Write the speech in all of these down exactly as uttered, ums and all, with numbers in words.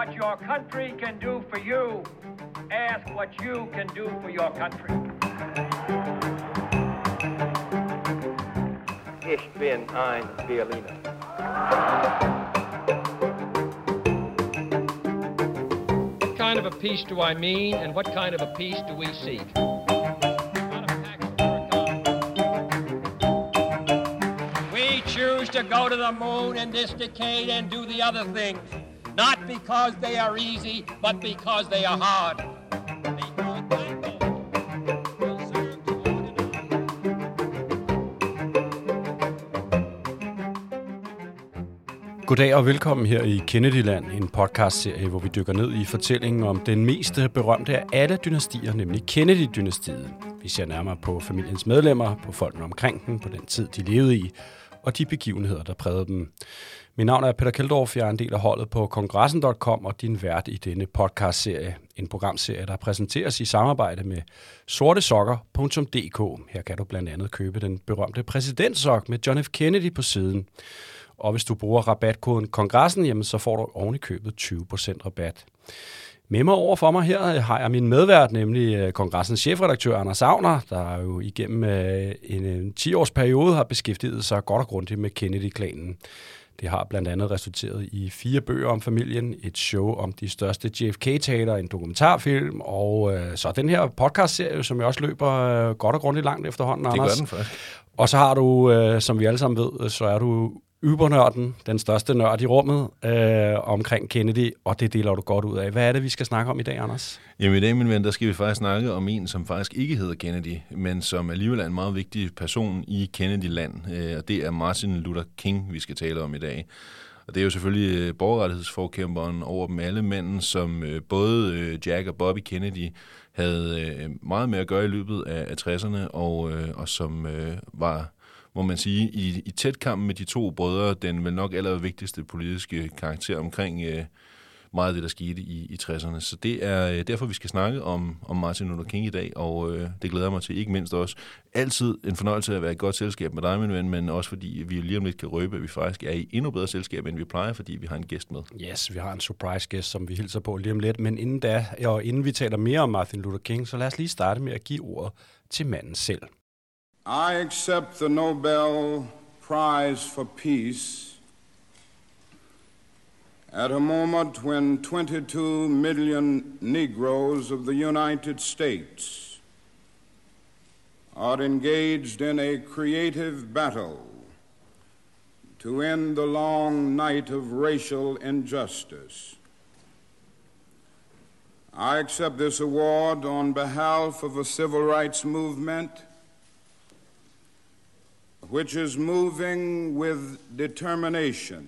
what your country can do for you. Ask what you can do for your country. Ich bin ein Berliner. What kind of a peace do I mean, and what kind of a peace do we seek? We choose to go to the moon in this decade and do the other things, not because they are easy, but because they are hard. Goddag og velkommen her i Kennedyland, en podcastserie, hvor vi dykker ned i fortællingen om den mest berømte af alle dynastier, nemlig Kennedy-dynastiet. Vi ser nærmere på familiens medlemmer, på folkene omkring den, på den tid, de levede i, og de begivenheder, der prægede dem. Mit navn er Peter Keldorf, jeg er en del af holdet på kongressen punktum com og din vært i denne podcastserie. En programserie, der præsenteres i samarbejde med sortesokker punktum d k. Her kan du blandt andet købe den berømte præsidentsok med John F. Kennedy på siden. Og hvis du bruger rabatkoden kongressen, jamen så får du oven i købet tyve procent rabat. Med mig over for mig her har jeg min medvært, nemlig kongressens chefredaktør Anders Agner, der jo igennem en ti-års periode har beskæftiget sig godt og grundigt med Kennedy-klanen. Det har blandt andet resulteret i fire bøger om familien, et show om de største J F K-taler, en dokumentarfilm, og øh, så den her podcastserie, som jeg også løber øh, godt og grundigt langt efterhånden, Anders. Det gør den faktisk. Og så har du, øh, som vi alle sammen ved, så er du übernørden, den største nørd i rummet øh, omkring Kennedy, og det deler du godt ud af. Hvad er det, vi skal snakke om i dag, Anders? Jamen i dag, min ven, der skal vi faktisk snakke om en, som faktisk ikke hedder Kennedy, men som alligevel er en meget vigtig person i Kennedy-land, øh, og det er Martin Luther King, vi skal tale om i dag. Og det er jo selvfølgelig øh, borgerrettighedsforkæmperen over dem alle mænd, som øh, både øh, Jack og Bobby Kennedy havde øh, meget med at gøre i løbet af, af tresserne, og, øh, og som øh, var, må man sige, i, i tæt kamp med de to brødre, den vel nok allervigtigste politiske karakter omkring øh, meget af det, der skete i, i tresserne. Så det er øh, derfor, vi skal snakke om, om Martin Luther King i dag, og øh, det glæder mig til, ikke mindst også. Altid en fornøjelse at være i godt selskab med dig, min ven, men også fordi vi lige om lidt kan røbe, at vi faktisk er i endnu bedre selskab, end vi plejer, fordi vi har en gæst med. Yes, vi har en surprise gæst, som vi hilser på lige om lidt, men inden da, og inden vi taler mere om Martin Luther King, så lad os lige starte med at give ordet til manden selv. I accept the Nobel Prize for Peace at a moment when twenty-two million Negroes of the United States are engaged in a creative battle to end the long night of racial injustice. I accept this award on behalf of a civil rights movement which is moving with determination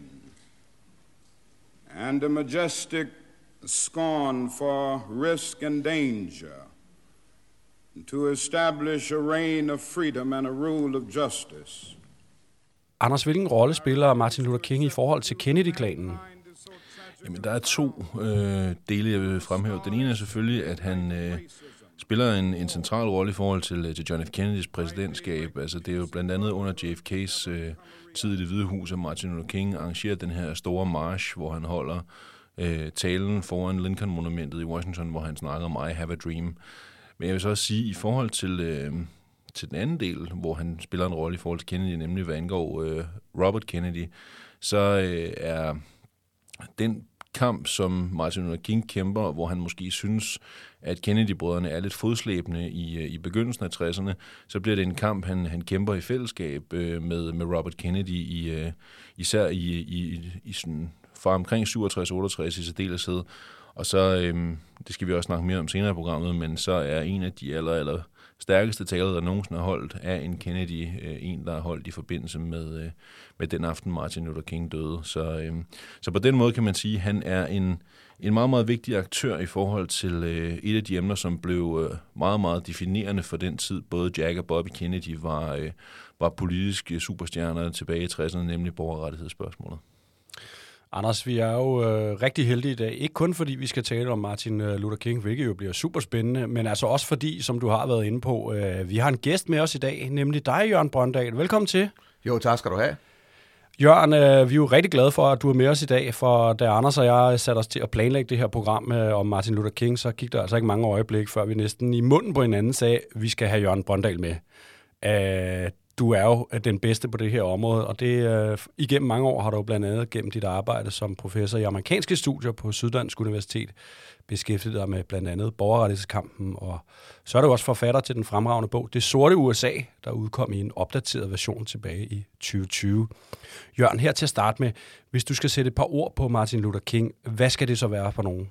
and a majestic scorn for risk and danger to establish a reign of freedom and a rule of justice. Anders, hvilken rolle spiller Martin Luther King i forhold til Kennedy-klanen? Jamen, der er to øh, dele, jeg vil fremhæve. Den ene er selvfølgelig, at han øh, spiller en, en central rolle i forhold til, til John F. Kennedys præsidentskab. Altså, det er jo blandt andet under J F K's øh, tid i Det Hvide Hus, at Martin Luther King arrangerer den her store march, hvor han holder øh, talen foran Lincoln-monumentet i Washington, hvor han snakker om I have a dream. Men jeg vil så også sige, i forhold til, øh, til den anden del, hvor han spiller en rolle i forhold til Kennedy, nemlig hvad angår øh, Robert Kennedy, så øh, er den kamp, som Martin Luther King kæmper, hvor han måske synes, at Kennedy-brødrene er lidt fodslæbende i, i begyndelsen af tresserne, så bliver det en kamp, han, han kæmper i fællesskab øh, med, med Robert Kennedy, i, øh, især i, i, i sådan, fra omkring syvogtres otteogtres i særdeleshed. Og så, øh, det skal vi også snakke mere om senere i programmet, men så er en af de aller, aller stærkeste taler, der nogensinde har holdt, af en Kennedy, øh, en, der har holdt i forbindelse med, øh, med den aften, Martin Luther King døde. Så, øh, så på den måde kan man sige, at han er en, en meget, meget vigtig aktør i forhold til øh, et af de emner, som blev øh, meget, meget definerende for den tid. Både Jack og Bobby Kennedy var, øh, var politiske superstjerner tilbage i tresserne, nemlig borgerrettighedsspørgsmålet. Anders, vi er jo øh, rigtig heldige i dag. Ikke kun fordi vi skal tale om Martin Luther King, hvilket jo bliver super spændende, men altså også fordi, som du har været inde på, øh, vi har en gæst med os i dag, nemlig dig, Jørgen Brøndal. Velkommen til. Jo, tak skal du have. Jørgen, øh, vi er jo rigtig glade for, at du er med os i dag, for da Anders og jeg satte os til at planlægge det her program øh, om Martin Luther King, så gik der altså ikke mange øjeblikke, før vi næsten i munden på hinanden sagde, at vi skal have Jørgen Brøndal med. Øh, du er jo den bedste på det her område, og det øh, igennem mange år har du blandt andet gennem dit arbejde som professor i amerikanske studier på Syddansk Universitet beskæftiget dig med blandt andet borgerrettighedskampen, og så er du også forfatter til den fremragende bog Det Sorte U S A, der udkom i en opdateret version tilbage i tyve tyve. Jørgen, her til at starte med, hvis du skal sætte et par ord på Martin Luther King, hvad skal det så være for nogen?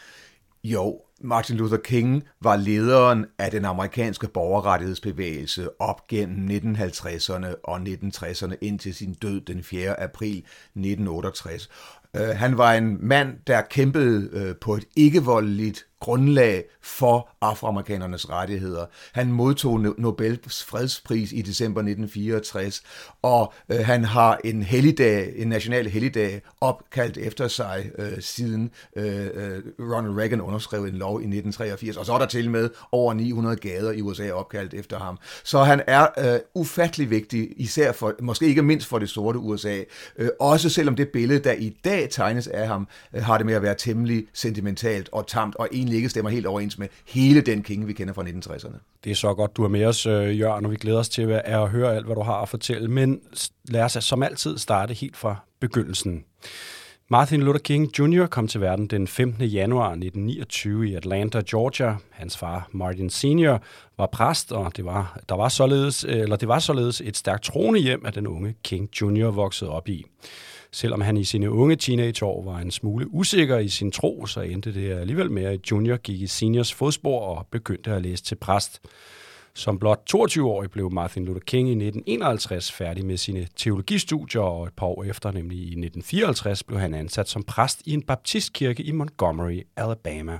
Jo, Martin Luther King var lederen af den amerikanske borgerrettighedsbevægelse op gennem nitten halvtredserne og nitten tresserne indtil sin død den fjerde april nitten otteogtres. Han var en mand, der kæmpede på et ikke-voldeligt grundlag for afroamerikanernes rettigheder. Han modtog Nobels fredspris i december nitten fireogtres, og øh, han har en helligdag, en national helligdag opkaldt efter sig øh, siden øh, Ronald Reagan underskrev en lov i nitten treogfirs, og så er der til med over ni hundrede gader i U S A opkaldt efter ham. Så han er øh, ufattelig vigtig, især for, måske ikke mindst for det sorte U S A, øh, også selvom det billede, der i dag tegnes af ham, øh, har det med at være temmelig sentimentalt og tamt, og egentlig ikke stemmer helt overens med hele den King, vi kender fra nitten tresserne. Det er så godt, du er med os, Jørgen, og vi glæder os til at høre alt, hvad du har at fortælle. Men lad os som altid starte helt fra begyndelsen. Martin Luther King junior kom til verden den femtende januar nitten niogtyve i Atlanta, Georgia. Hans far, Martin senior, var præst, og det var, der var således, eller det var således et stærkt troende hjem, at den unge King junior voksede op i. Selvom han i sine unge teenageår var en smule usikker i sin tro, så endte det alligevel med, at Junior gik i seniors fodspor og begyndte at læse til præst. Som blot toogtyve-årig blev Martin Luther King i nitten enoghalvtreds færdig med sine teologistudier, og et par år efter, nemlig i nitten fireoghalvtreds, blev han ansat som præst i en baptistkirke i Montgomery, Alabama.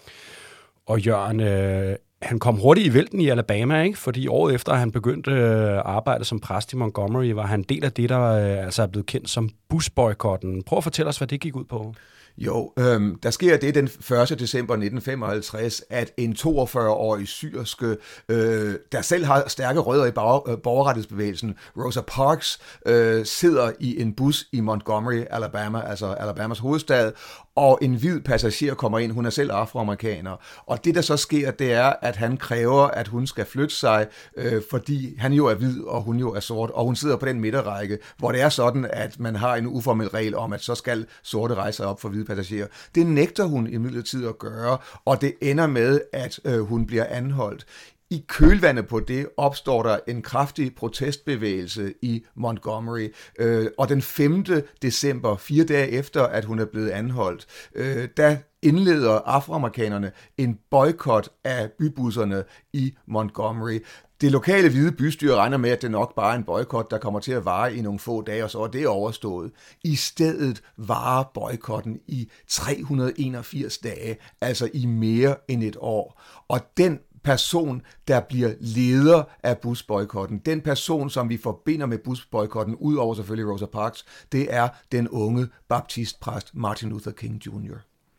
Og Jørgen, øh, han kom hurtigt i vælten i Alabama, ikke? Fordi året efter, at han begyndte at arbejde som præst i Montgomery, var han del af det, der øh, altså er blevet kendt som busboykotten. Prøv at fortælle os, hvad det gik ud på. Jo, øhm, der sker det den første december nitten femoghalvtreds, at en toogfyrre-årig syrske, øh, der selv har stærke rødder i borgerrettighedsbevægelsen, Rosa Parks, øh, sidder i en bus i Montgomery, Alabama, altså Alabamas hovedstad, og en hvid passager kommer ind. Hun er selv afroamerikaner. Og det, der så sker, det er, at han kræver, at hun skal flytte sig, øh, fordi han jo er hvid, og hun jo er sort, og hun sidder på den midterrække, hvor det er sådan, at man har en uformel regel om, at så skal sorte rejse op for hvide passagerer. Det nægter hun imidlertid at gøre, og det ender med, at øh, hun bliver anholdt. I kølvandet på det opstår der en kraftig protestbevægelse i Montgomery, øh, og den femte december, fire dage efter, at hun er blevet anholdt, øh, der indleder afroamerikanerne en boykot af bybusserne i Montgomery. Det lokale hvide bystyre regner med, at det nok bare er en boykot, der kommer til at vare i nogle få dage, og så er det overstået. I stedet varer boykotten i tre hundrede og enogfirs dage, altså i mere end et år. Og den person, der bliver leder af busboykotten, den person, som vi forbinder med busboykotten, udover selvfølgelig Rosa Parks, det er den unge baptistpræst Martin Luther King junior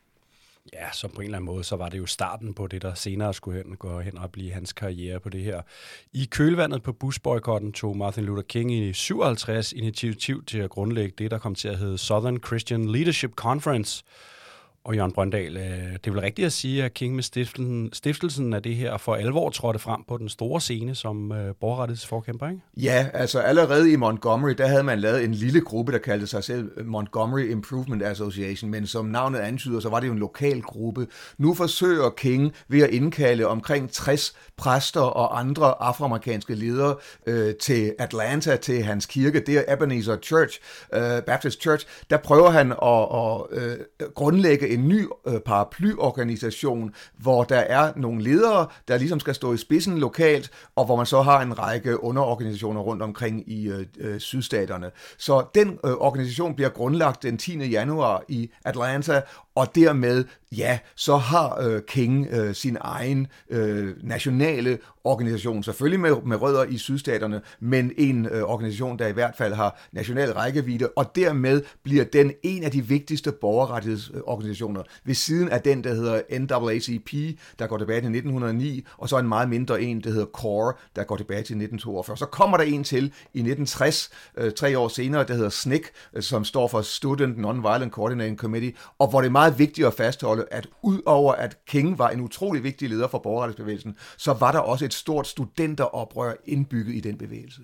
Ja, så på en eller anden måde, så var det jo starten på det, der senere skulle hen, gå hen og blive hans karriere på det her. I kølvandet på busboykotten tog Martin Luther King i syvoghalvtreds initiativ til at grundlægge det, der kom til at hedde Southern Christian Leadership Conference. Og Jørgen Brøndal, det er vel rigtigt at sige, at King med stiftelsen, stiftelsen af det her for alvor trådte frem på den store scene som øh, borgerrettighedsforkæmper, ikke? Ja, altså allerede i Montgomery, der havde man lavet en lille gruppe, der kaldte sig selv Montgomery Improvement Association, men som navnet antyder, så var det jo en lokal gruppe. Nu forsøger King ved at indkalde omkring tres præster og andre afroamerikanske ledere øh, til Atlanta, til hans kirke, det er Ebenezer Church, øh, Baptist Church. Der prøver han at, at øh, grundlægge en ny øh, paraplyorganisation, hvor der er nogle ledere, der ligesom skal stå i spidsen lokalt, og hvor man så har en række underorganisationer rundt omkring i øh, øh, sydstaterne. Så den øh, organisation bliver grundlagt den tiende januar i Atlanta, og dermed, ja, så har øh, King øh, sin egen øh, nationale organisation, selvfølgelig med, med rødder i sydstaterne, men en øh, organisation, der i hvert fald har national rækkevidde, og dermed bliver den en af de vigtigste borgerrettighedsorganisationer, ved siden af den, der hedder N double A C P, der går tilbage til nitten hundrede og ni, og så en meget mindre en, der hedder CORE, der går tilbage til nitten toogfyrre. Så kommer der en til i nitten tres, øh, tre år senere, der hedder S N C C, øh, som står for Student Nonviolent Coordinating Committee, og hvor det er meget vigtigt at fastholde, at udover at King var en utrolig vigtig leder for borgerrettighedsbevægelsen, så var der også et stort studenteroprør indbygget i den bevægelse.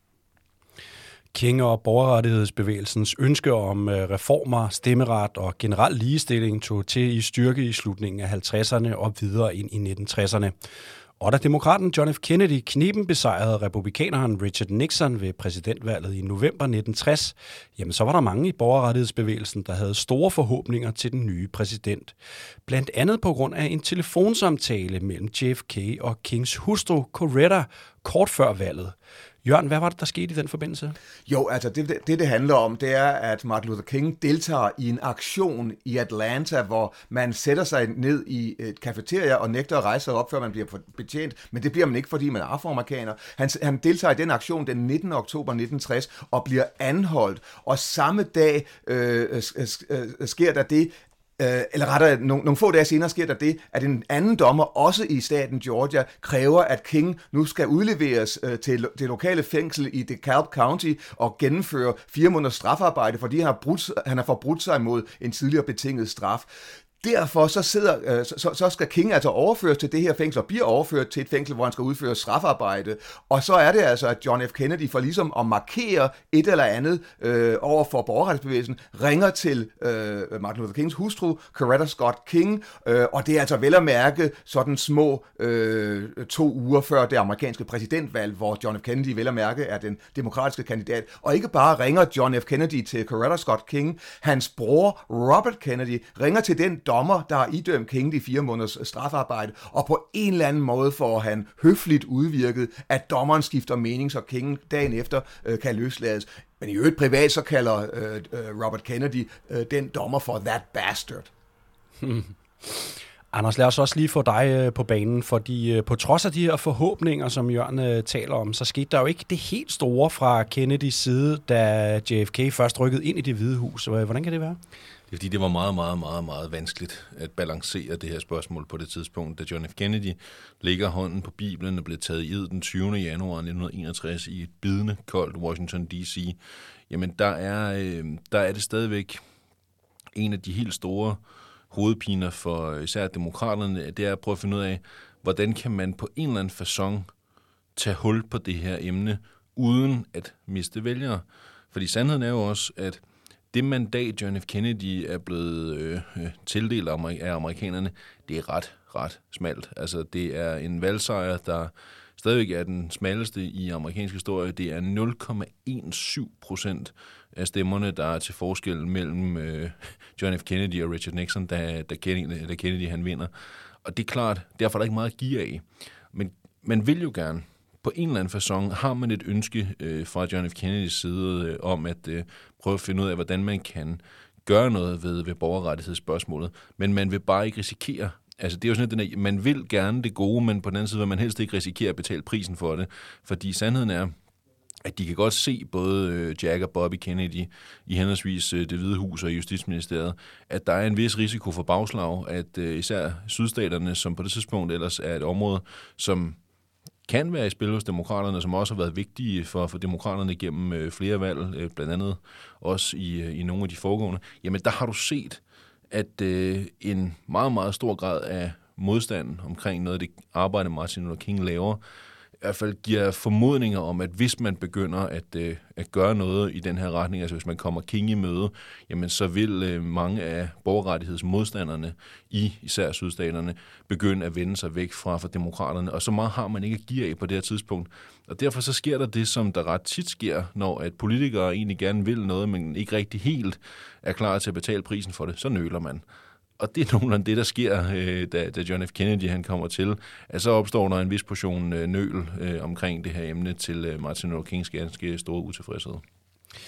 King og borgerrettighedsbevægelsens ønske om reformer, stemmeret og generel ligestilling tog til i styrke i slutningen af halvtredserne og videre ind i nitten tresserne. Og da demokraten John F. Kennedy knepen besejrede republikaneren Richard Nixon ved præsidentvalget i november nitten tres, jamen så var der mange i borgerrettighedsbevægelsen, der havde store forhåbninger til den nye præsident. Blandt andet på grund af en telefonsamtale mellem J F K og Kings hustru Coretta kort før valget. Jørgen, hvad var det, der skete i den forbindelse? Jo, altså det, det, det handler om, det er, at Martin Luther King deltager i en aktion i Atlanta, hvor man sætter sig ned i et kafeteria og nægter at rejse sig op, før man bliver betjent, men det bliver man ikke, fordi man er afroamerikaner. Han, han deltager i den aktion den nittende oktober nitten tres og bliver anholdt, og samme dag øh, øh, sker der det, eller rettere, nogle, nogle få dage senere sker der det, at en anden dommer, også i staten Georgia, kræver, at King nu skal udleveres øh, til det lokale fængsel i DeKalb County og gennemføre fire måneders strafarbejde, fordi han har, brudt, han har forbrudt sig mod en tidligere betinget straf. Derfor så, sidder, øh, så, så skal King altså overføres til det her fængsel, og bliver overført til et fængsel, hvor han skal udføre strafarbejde. Og så er det altså, at John F. Kennedy for ligesom at markere et eller andet øh, over for borgerrettighedsbevægelsen, ringer til øh, Martin Luther Kings hustru, Coretta Scott King, øh, og det er altså vel at mærke sådan små øh, to uger før det amerikanske præsidentvalg, hvor John F. Kennedy vel at mærke er den demokratiske kandidat. Og ikke bare ringer John F. Kennedy til Coretta Scott King, hans bror Robert Kennedy ringer til den dommer, der har idømt King de fire måneders strafarbejde, og på en eller anden måde får han høfligt udvirket, at dommeren skifter mening, så King dagen efter øh, kan løslades. Men i øvrigt privat, så kalder øh, Robert Kennedy øh, den dommer for that bastard. Hmm. Anders, lad os også lige få dig på banen, fordi på trods af de her forhåbninger, som Jørgen taler om, så skete der jo ikke det helt store fra Kennedys side, da J F K først rykkede ind i Det Hvide Hus. Hvordan kan det være? Det er fordi, det var meget, meget, meget, meget vanskeligt at balancere det her spørgsmål på det tidspunkt, da John F. Kennedy lægger hånden på Bibelen og blev taget i ed den tyvende januar nitten enogtres i et bidende koldt Washington D C. Jamen, der er, øh, der er det stadigvæk en af de helt store hovedpiner for især demokraterne, det er at prøve at finde ud af, hvordan kan man på en eller anden facon tage hul på det her emne, uden at miste vælgere. Fordi sandheden er jo også, at det mandat, John F. Kennedy er blevet øh, tildelt af amerikanerne, det er ret, ret smalt. Altså, det er en valgsejr, der stadigvæk er den smalleste i amerikansk historie. Det er nul komma sytten procent af stemmerne, der er til forskel mellem øh, John F. Kennedy og Richard Nixon, da, da, Kennedy, da Kennedy han vinder. Og det er klart, derfor er der ikke meget at give af. Men man vil jo gerne, på en eller anden facon, har man et ønske øh, fra John F. Kennedys side øh, om at øh, prøve at finde ud af, hvordan man kan gøre noget ved, ved borgerrettighedsspørgsmålet, men man vil bare ikke risikere. Altså det er jo sådan, at man vil gerne det gode, men på den anden side vil man helst ikke risikere at betale prisen for det, fordi sandheden er, at de kan godt se, både Jack og Bobby Kennedy i henholdsvis Det Hvide Hus og Justitsministeriet, at der er en vis risiko for bagslag, at især sydstaterne, som på det tidspunkt ellers er et område, som kan være i spil hos demokraterne, som også har været vigtige for, for demokraterne gennem flere valg, blandt andet også i, i nogle af de foregående, jamen der har du set, at øh, en meget, meget stor grad af modstand omkring noget af det arbejde, Martin Luther King laver, i hvert fald giver formodninger om, at hvis man begynder at, øh, at gøre noget i den her retning, altså hvis man kommer King i møde, jamen så vil øh, mange af borgerrettighedsmodstanderne i især sydstaterne begynde at vende sig væk fra, fra demokraterne, og så meget har man ikke at give af på det her tidspunkt. Og derfor så sker der det, som der ret tit sker, når at politikere egentlig gerne vil noget, men ikke rigtig helt er klar til at betale prisen for det, så nøler man. Og det er nogenlunde det, der sker, øh, da, da John F. Kennedy han kommer til, at så opstår der en vis portion øh, nøl øh, omkring det her emne til øh, Martin Luther Kings ganske store utilfredshed.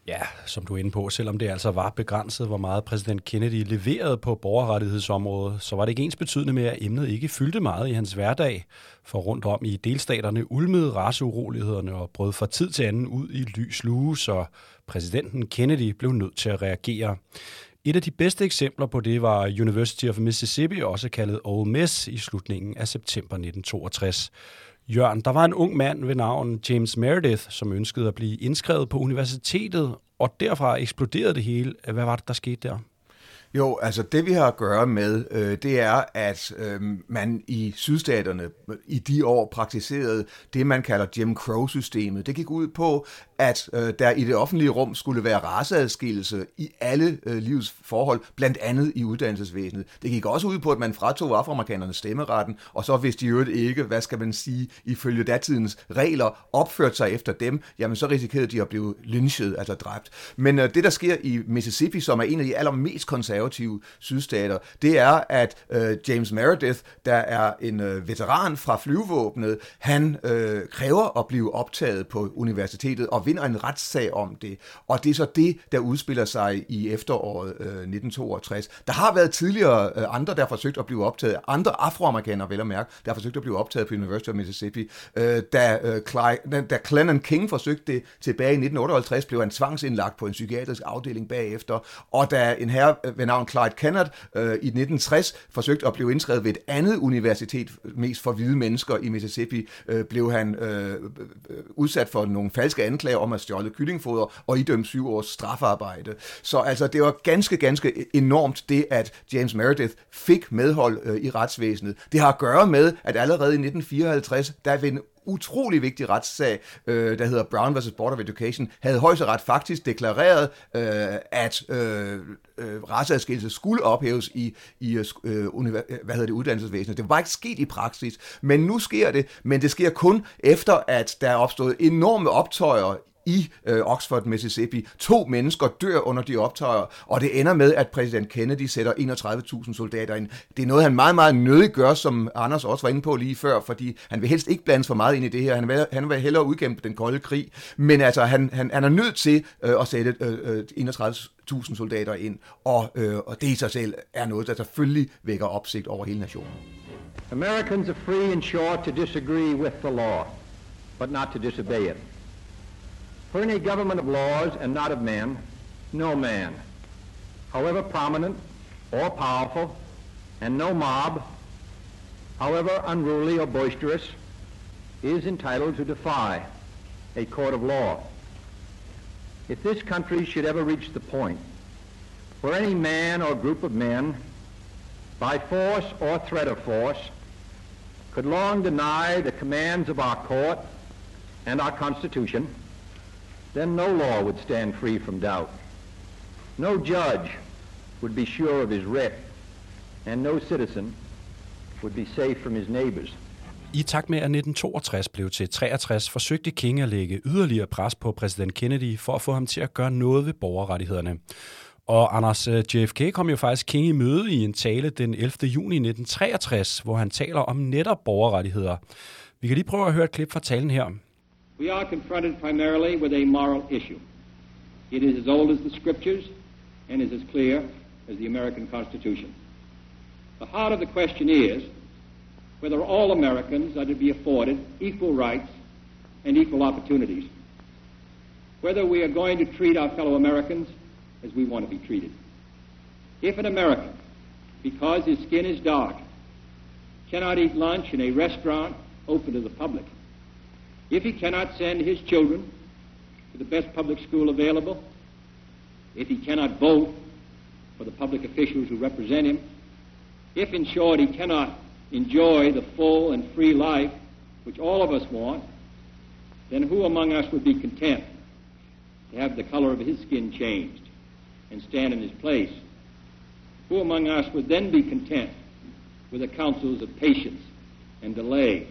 Ja, som du er inde på, selvom det altså var begrænset, hvor meget præsident Kennedy leverede på borgerrettighedsområdet, så var det ikke ens betydende med, at emnet ikke fyldte meget i hans hverdag. For rundt om i delstaterne ulmede raceurolighederne og brød fra tid til anden ud i lys lue, så præsidenten Kennedy blev nødt til at reagere. Et af de bedste eksempler på det var University of Mississippi, også kaldet Ole Miss, i slutningen af september nitten toogtres. Jørgen, der var en ung mand ved navn James Meredith, som ønskede at blive indskrevet på universitetet, og derfra eksploderede det hele. Hvad var det, der skete der? Jo, altså det vi har at gøre med, øh, det er, at øh, man i sydstaterne i de år praktiserede det, man kalder Jim Crow-systemet. Det gik ud på, at øh, der i det offentlige rum skulle være raceadskillelse i alle øh, livets forhold, blandt andet i uddannelsesvæsenet. Det gik også ud på, at man fratog afroamerikanerne stemmeretten, og så hvis de jo ikke, hvad skal man sige, ifølge datidens regler opførte sig efter dem, jamen så risikerede de at blive lynchet, altså dræbt. Men øh, det, der sker i Mississippi, som er en af de allermest konservative sydstater, det er, at øh, James Meredith, der er en øh, veteran fra flyvevåbnet, han øh, kræver at blive optaget på universitetet og vinder en retssag om det. Og det er så det, der udspiller sig i efteråret øh, nitten toogtres. Der har været tidligere øh, andre, der har forsøgt at blive optaget, andre afroamerikanere, vel at mærke, der har forsøgt at blive optaget på University of Mississippi. Øh, da, øh, Cly- da Clennon King forsøgte det tilbage i nitten otteoghalvtreds, blev han tvangsindlagt på en psykiatrisk afdeling bagefter. Og da en herre ved navn Clyde Kennard øh, i nitten tres forsøgte at blive indskrevet ved et andet universitet, mest for hvide mennesker i Mississippi, øh, blev han øh, udsat for nogle falske anklager om at stjåle kyllingfoder og idømt syv års strafarbejde. Så altså, det var ganske, ganske enormt det, at James Meredith fik medhold øh, i retsvæsenet. Det har at gøre med, at allerede i nitten fireoghalvtreds, der ved en utrolig vigtig retssag, øh, der hedder Brown versus Board of Education, havde højesteret faktisk deklareret, øh, at øh, øh, raceadskillelse skulle ophæves i, i øh, univer- hvad hedder det, uddannelsesvæsenet. Det var bare ikke sket i praksis, men nu sker det, men det sker kun efter, at der er opstået enorme optøjer i øh, Oxford, Mississippi. To mennesker dør under de optøjer, og det ender med, at præsident Kennedy sætter enogtredive tusind soldater ind. Det er noget, han meget, meget nødig gør, som Anders også var inde på lige før, fordi han vil helst ikke blandes for meget ind i det her. Han vil, han vil hellere udkæmpe den kolde krig, men altså, han, han, han er nødt til øh, at sætte øh, enogtredive tusind soldater ind, og, øh, og det i sig selv er noget, der selvfølgelig vækker opsigt over hele nationen. Americans are free and sure to disagree with the law, but not to disobey it. For in a government of laws and not of men, no man, however prominent or powerful, and no mob, however unruly or boisterous, is entitled to defy a court of law. If this country should ever reach the point where any man or group of men, by force or threat of force, could long deny the commands of our court and our Constitution, then no law would stand free from doubt. No judge would be sure of his writ, and no citizen would be safe from his neighbors. I takt med, at nitten toogtres blev til treogtres, forsøgte King at lægge yderligere pres på præsident Kennedy for at få ham til at gøre noget ved borgerrettighederne. Og Anders, J F K kom jo faktisk King i møde i en tale den ellevte juni nitten treogtres, hvor han taler om netop borgerrettigheder. Vi kan lige prøve at høre et klip fra talen her. We are confronted primarily with a moral issue. It is as old as the scriptures and is as clear as the American Constitution. The heart of the question is whether all Americans are to be afforded equal rights and equal opportunities. Whether we are going to treat our fellow Americans as we want to be treated. If an American, because his skin is dark, cannot eat lunch in a restaurant open to the public, if he cannot send his children to the best public school available, if he cannot vote for the public officials who represent him, if in short he cannot enjoy the full and free life which all of us want, then who among us would be content to have the color of his skin changed and stand in his place? Who among us would then be content with the counsels of patience and delay?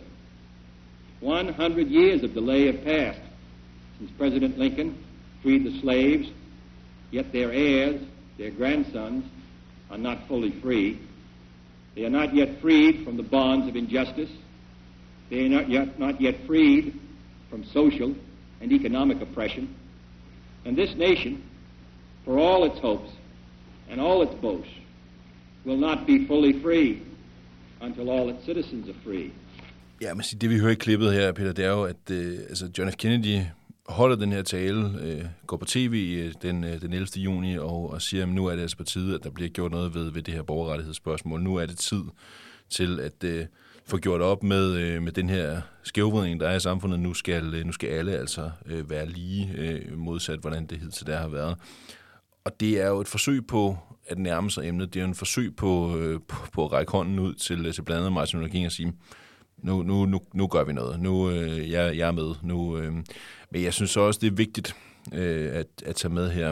One hundred years of delay have passed since President Lincoln freed the slaves, yet their heirs, their grandsons, are not fully free. They are not yet freed from the bonds of injustice. They are not yet, not yet freed from social and economic oppression. And this nation, for all its hopes and all its boasts, will not be fully free until all its citizens are free. Ja, men det vi hører i klippet her, Peter, det er jo, at øh, altså John F. Kennedy holder den her tale, øh, går på tv øh, den, øh, den ellevte juni og, og siger, at nu er det altså på tide, at der bliver gjort noget ved, ved det her borgerrettighedsspørgsmål. Nu er det tid til at øh, få gjort op med, øh, med den her skævvridning, der er i samfundet. Nu skal, øh, nu skal alle altså øh, være lige øh, modsat, hvordan det hidtil der har været. Og det er jo et forsøg på at nærme sig emnet. Det er jo en forsøg på, øh, på, på at række hånden ud til, til blandt andet Martin Luther King og sige, Nu, nu, nu, nu gør vi noget. Nu øh, jeg, jeg er med. Nu, øh, men jeg synes også, det er vigtigt øh, at, at tage med her.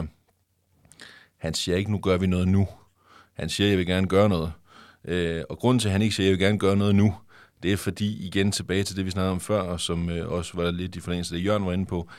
Han siger ikke, nu gør vi noget nu. Han siger, jeg vil gerne gøre noget. Øh, og grunden til, at han ikke siger, jeg vil gerne gøre noget nu, det er fordi, igen tilbage til det, vi snakkede om før, og som øh, også var lidt i forlængelse af det, Jørgen var inde på,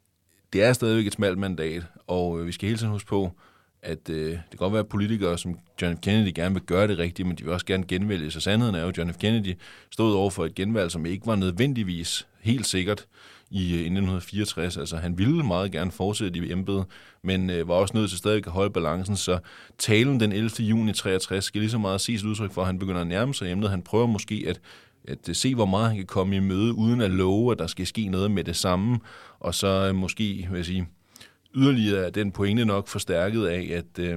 det er stadigvæk et smalt mandat, og øh, vi skal hele tiden huske på, at øh, det kan godt være, at politikere som John F. Kennedy gerne vil gøre det rigtigt, men de vil også gerne genvælge. Så sandheden er jo, at John F. Kennedy stod over for et genvalg, som ikke var nødvendigvis helt sikkert i, i nitten fireogtres. Altså han ville meget gerne fortsætte i embedet, men øh, var også nødt til stadig at holde balancen. Så talen den ellevte juni treogtres skal lige så meget ses et udtryk for, at han begynder at nærme sig emnet. Han prøver måske at at se, hvor meget han kan komme i møde, uden at love, at der skal ske noget med det samme. Og så øh, måske, vil jeg sige, yderligere er den pointe nok forstærket af, at øh,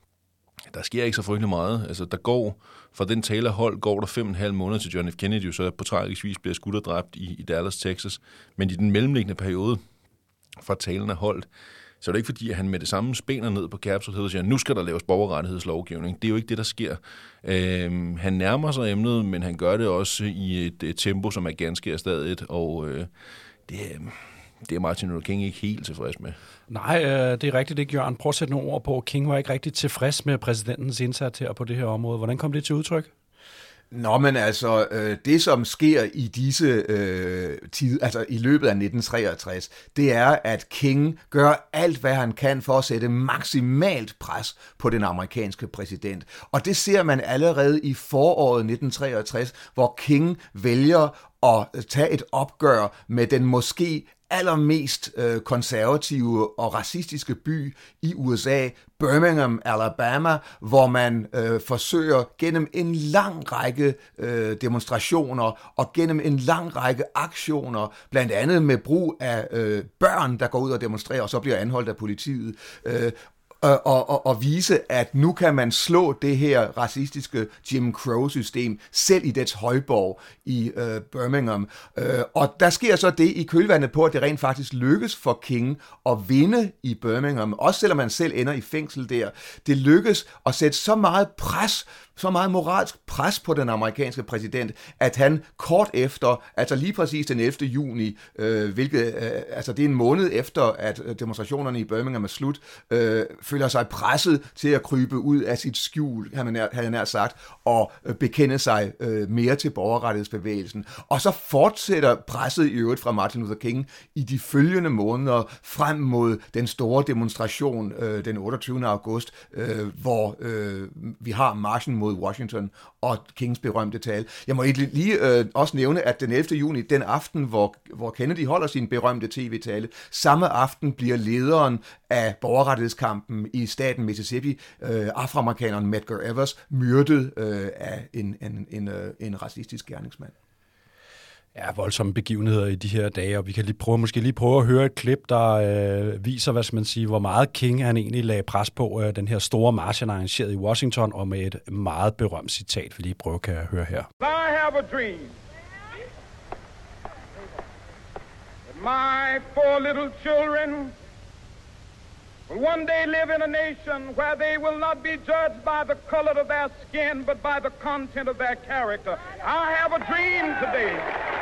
der sker ikke så frygtelig meget. Altså, der går, fra den talerhold går der fem og en halv måneder til John F. Kennedy, så på tragisk vis bliver skudt og dræbt i, i Dallas, Texas. Men i den mellemliggende periode, fra talen er holdt, så er det ikke fordi, at han med det samme spænder ned på Capitol Hill og siger, nu skal der laves borgerrettighedslovgivning. Det er jo ikke det, der sker. Øh, han nærmer sig emnet, men han gør det også i et, et tempo, som er ganske erstadigt, og øh, det er... Det er Martin Luther King ikke helt tilfreds med. Nej, øh, det er rigtigt, det Jørgen. Prøv at sætte nogle ord på. King var ikke rigtig tilfreds med præsidentens indsats her på det her område. Hvordan kom det til udtryk? Nå, men altså, øh, det som sker i disse øh, tid, altså i løbet af nitten treogtres, det er, at King gør alt, hvad han kan for at sætte maksimalt pres på den amerikanske præsident. Og det ser man allerede i foråret nitten treogtres, hvor King vælger at tage et opgør med den måske allermest øh, konservative og racistiske by i U S A, Birmingham, Alabama, hvor man øh, forsøger gennem en lang række øh, demonstrationer og gennem en lang række aktioner, blandt andet med brug af øh, børn, der går ud og demonstrerer, og så bliver anholdt af politiet, øh, Og, og, og vise, at nu kan man slå det her racistiske Jim Crow-system selv i dets højborg i øh, Birmingham. Øh, og der sker så det i kølvandet på, at det rent faktisk lykkes for King at vinde i Birmingham, også selvom man selv ender i fængsel der. Det lykkes at sætte så meget pres, så meget moralsk pres på den amerikanske præsident, at han kort efter, altså lige præcis den ellevte juni, øh, hvilket, øh, altså det er en måned efter, at demonstrationerne i Birmingham er slut, øh, føler sig presset til at krybe ud af sit skjul, havde jeg nær sagt, og bekende sig øh, mere til borgerrettighedsbevægelsen. Og så fortsætter presset i øvrigt fra Martin Luther King i de følgende måneder frem mod den store demonstration øh, den otteogtyvende august, øh, hvor øh, vi har marchen mod Washington og Kings berømte tale. Jeg må lige øh, også nævne, at den ellevte juni, den aften, hvor, hvor Kennedy holder sin berømte tv-tale, samme aften bliver lederen af borgerrettighedskampen i staten Mississippi, øh, afroamerikaneren Medgar Evers, myrdet øh, af en, en, en, en racistisk gerningsmand. Ja, voldsomme begivenheder i de her dage, og vi kan lige prøve, måske lige prøve at høre et klip, der øh, viser, hvad skal man sige, hvor meget King han egentlig lagde pres på øh, den her store march, han arrangeret i Washington, og med et meget berømt citat, vi lige prøve kan høre her. I have a dream that my four little children will one day live in a nation where they will not be judged by the color of their skin, but by the content of their character. I have a dream today.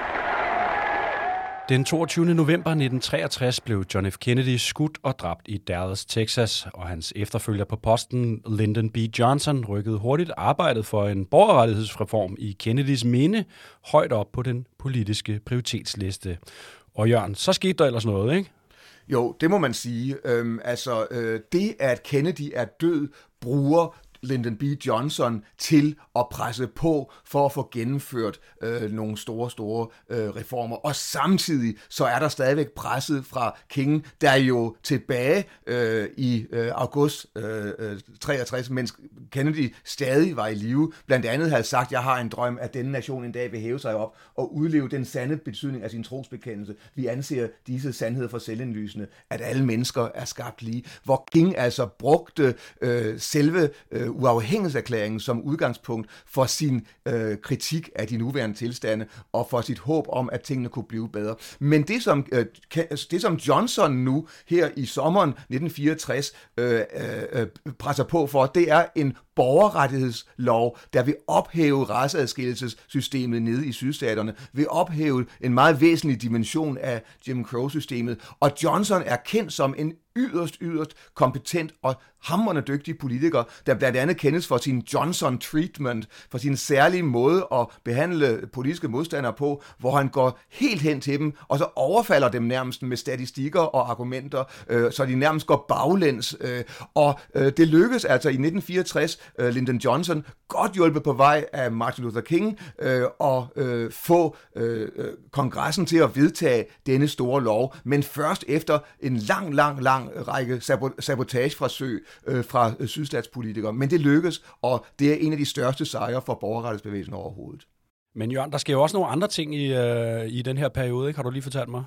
Den toogtyvende november nitten treogtres blev John F. Kennedy skudt og dræbt i Dallas, Texas, og hans efterfølger på posten, Lyndon B. Johnson, rykkede hurtigt arbejdet for en borgerrettighedsreform i Kennedys minde højt op på den politiske prioritetsliste. Og Jørgen, så skete der ellers noget, ikke? Jo, det må man sige. Øhm, altså, øh, det at Kennedy er død, bruger Lyndon B. Johnson til at presse på for at få gennemført øh, nogle store, store øh, reformer. Og samtidig så er der stadigvæk presset fra King, der jo tilbage øh, i øh, august øh, treogtres, mens Kennedy stadig var i live, blandt andet havde sagt, jeg har en drøm, at denne nation en dag vil hæve sig op og udleve den sande betydning af sin trosbekendelse. Vi anser disse sandheder for selvindlysende, at alle mennesker er skabt lige. Hvor King altså brugte øh, selve øh, uafhængighedserklæringen som udgangspunkt for sin øh, kritik af de nuværende tilstande og for sit håb om, at tingene kunne blive bedre. Men det som, øh, det, som Johnson nu her i sommeren nitten fireogtres øh, øh, presser på for, det er en borgerrettighedslov, der vil ophæve raceadskillelsessystemet nede i sydstaterne, vil ophæve en meget væsentlig dimension af Jim Crow-systemet. Og Johnson er kendt som en yderst, yderst kompetent og hamrende dygtig politiker, der blandt andet kendes for sin Johnson-treatment, for sin særlige måde at behandle politiske modstandere på, hvor han går helt hen til dem, og så overfalder dem nærmest med statistikker og argumenter, øh, så de nærmest går baglæns. Øh, og øh, det lykkedes altså i nitten fireogtres, øh, Lyndon Johnson, godt hjulpet på vej af Martin Luther King, øh, og øh, få øh, kongressen til at vedtage denne store lov, men først efter en lang, lang, lang række sabotageforsøg øh, fra øh, sydstatspolitikere. Men det lykkes, og det er en af de største sejre for borgerrettighedsbevægelsen overhovedet. Men Jørgen, der sker jo også nogle andre ting i, øh, i den her periode, ikke? Har du lige fortalt mig?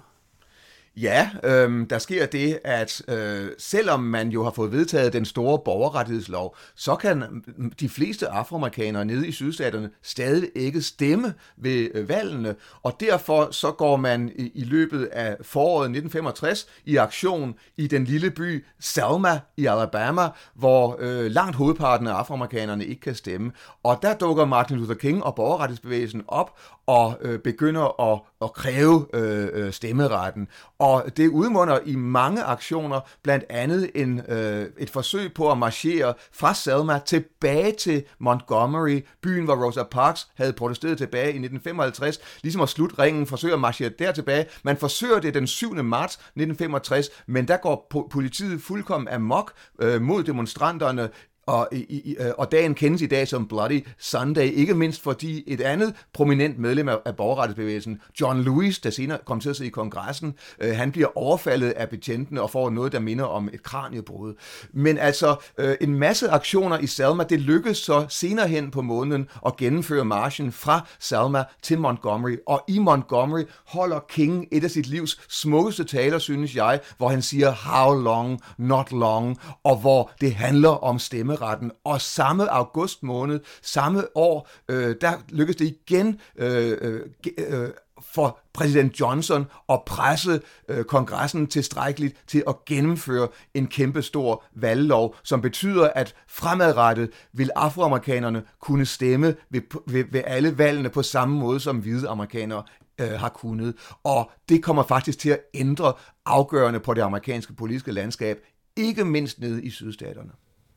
Ja, øh, der sker det, at øh, selvom man jo har fået vedtaget den store borgerrettighedslov, så kan de fleste afroamerikanere nede i sydstaterne stadig ikke stemme ved øh, valgene, og derfor så går man i, i løbet af foråret nitten femogtres i aktion i den lille by Selma i Alabama, hvor øh, langt hovedparten af afroamerikanerne ikke kan stemme. Og der dukker Martin Luther King og borgerrettighedsbevægelsen op og øh, begynder at, at kræve øh, stemmeretten. Og det udmunder i mange aktioner, blandt andet en, øh, et forsøg på at marchere fra Selma tilbage til Montgomery, byen, hvor Rosa Parks havde protesteret tilbage i nitten femoghalvtreds, ligesom at slutte ringen, forsøger at marchere der tilbage. Man forsøger det den syvende marts nitten femogtres, men der går politiet fuldkommen amok øh, mod demonstranterne, Og, i, og dagen kendes i dag som Bloody Sunday, ikke mindst fordi et andet prominent medlem af borgerrettighedsbevægelsen, John Lewis, der senere kom til at sidde i kongressen, øh, han bliver overfaldet af betjentene og får noget, der minder om et kraniebrud. Men altså, øh, en masse aktioner i Selma, det lykkedes så senere hen på måneden at gennemføre marchen fra Selma til Montgomery, og i Montgomery holder King et af sit livs smukkeste taler, synes jeg, hvor han siger, how long, not long, og hvor det handler om stemme. Og samme august måned, samme år, øh, der lykkedes det igen øh, øh, for præsident Johnson at presse øh, kongressen tilstrækkeligt til at gennemføre en kæmpestor valglov, som betyder, at fremadrettet vil afroamerikanerne kunne stemme ved, ved, ved alle valgene på samme måde, som hvide amerikanere øh, har kunnet. Og det kommer faktisk til at ændre afgørende på det amerikanske politiske landskab, ikke mindst nede i sydstaterne.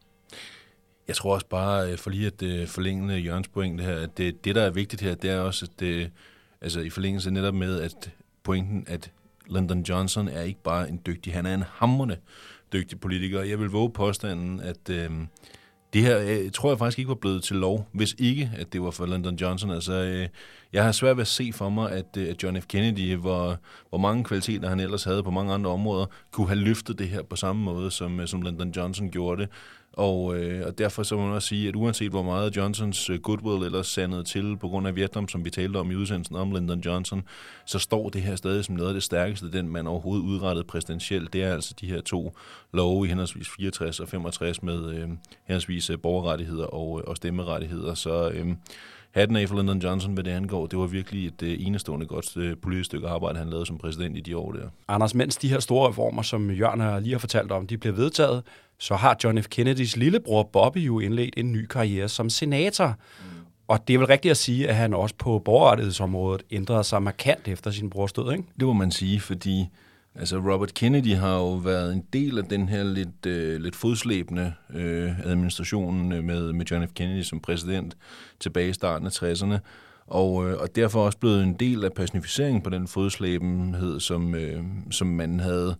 Jeg tror også bare, for lige at forlænge Jørgens pointe her, at det, det, der er vigtigt her, det er også, at det, altså i forlængelse netop med, at pointen, at Lyndon Johnson er ikke bare en dygtig, han er en hamrende dygtig politiker. Jeg vil våge påstanden, at øh, det her, jeg tror jeg faktisk ikke var blevet til lov, hvis ikke, at det var for Lyndon Johnson. Altså, øh, jeg har svært ved at se for mig, at, at John F. Kennedy, hvor, hvor mange kvaliteter han ellers havde på mange andre områder, kunne have løftet det her på samme måde, som, som Lyndon Johnson gjorde det. Og, øh, og derfor så må man også sige, at uanset hvor meget Johnsons goodwill ellers sandede til på grund af Vietnam, som vi talte om i udsendelsen om Lyndon Johnson, så står det her stadig som noget af det stærkeste, den man overhovedet udrettede præsidentielt. Det er altså de her to love i henholdsvis fireogtres og femogtres med øh, henholdsvis borgerrettigheder og, og stemmerettigheder. Så øh, hatten af for Lyndon Johnson, hvad det angår, det var virkelig et øh, enestående godt øh, politisk stykke arbejde, han lavede som præsident i de år der. Anders, mens de her store reformer, som Jørgen lige har fortalt om, de bliver vedtaget, så har John F. Kennedys lillebror Bobby jo indledt en ny karriere som senator. Mm. Og det er vel rigtigt at sige, at han også på borgerrettighedsområdet ændrede sig markant efter sin brors død, ikke? Det må man sige, fordi altså Robert Kennedy har jo været en del af den her lidt, øh, lidt fodslæbende øh, administration med, med John F. Kennedy som præsident tilbage i starten af tresserne. Og, øh, og derfor også blevet en del af personificeringen på den fodslæbenhed, som, øh, som man havde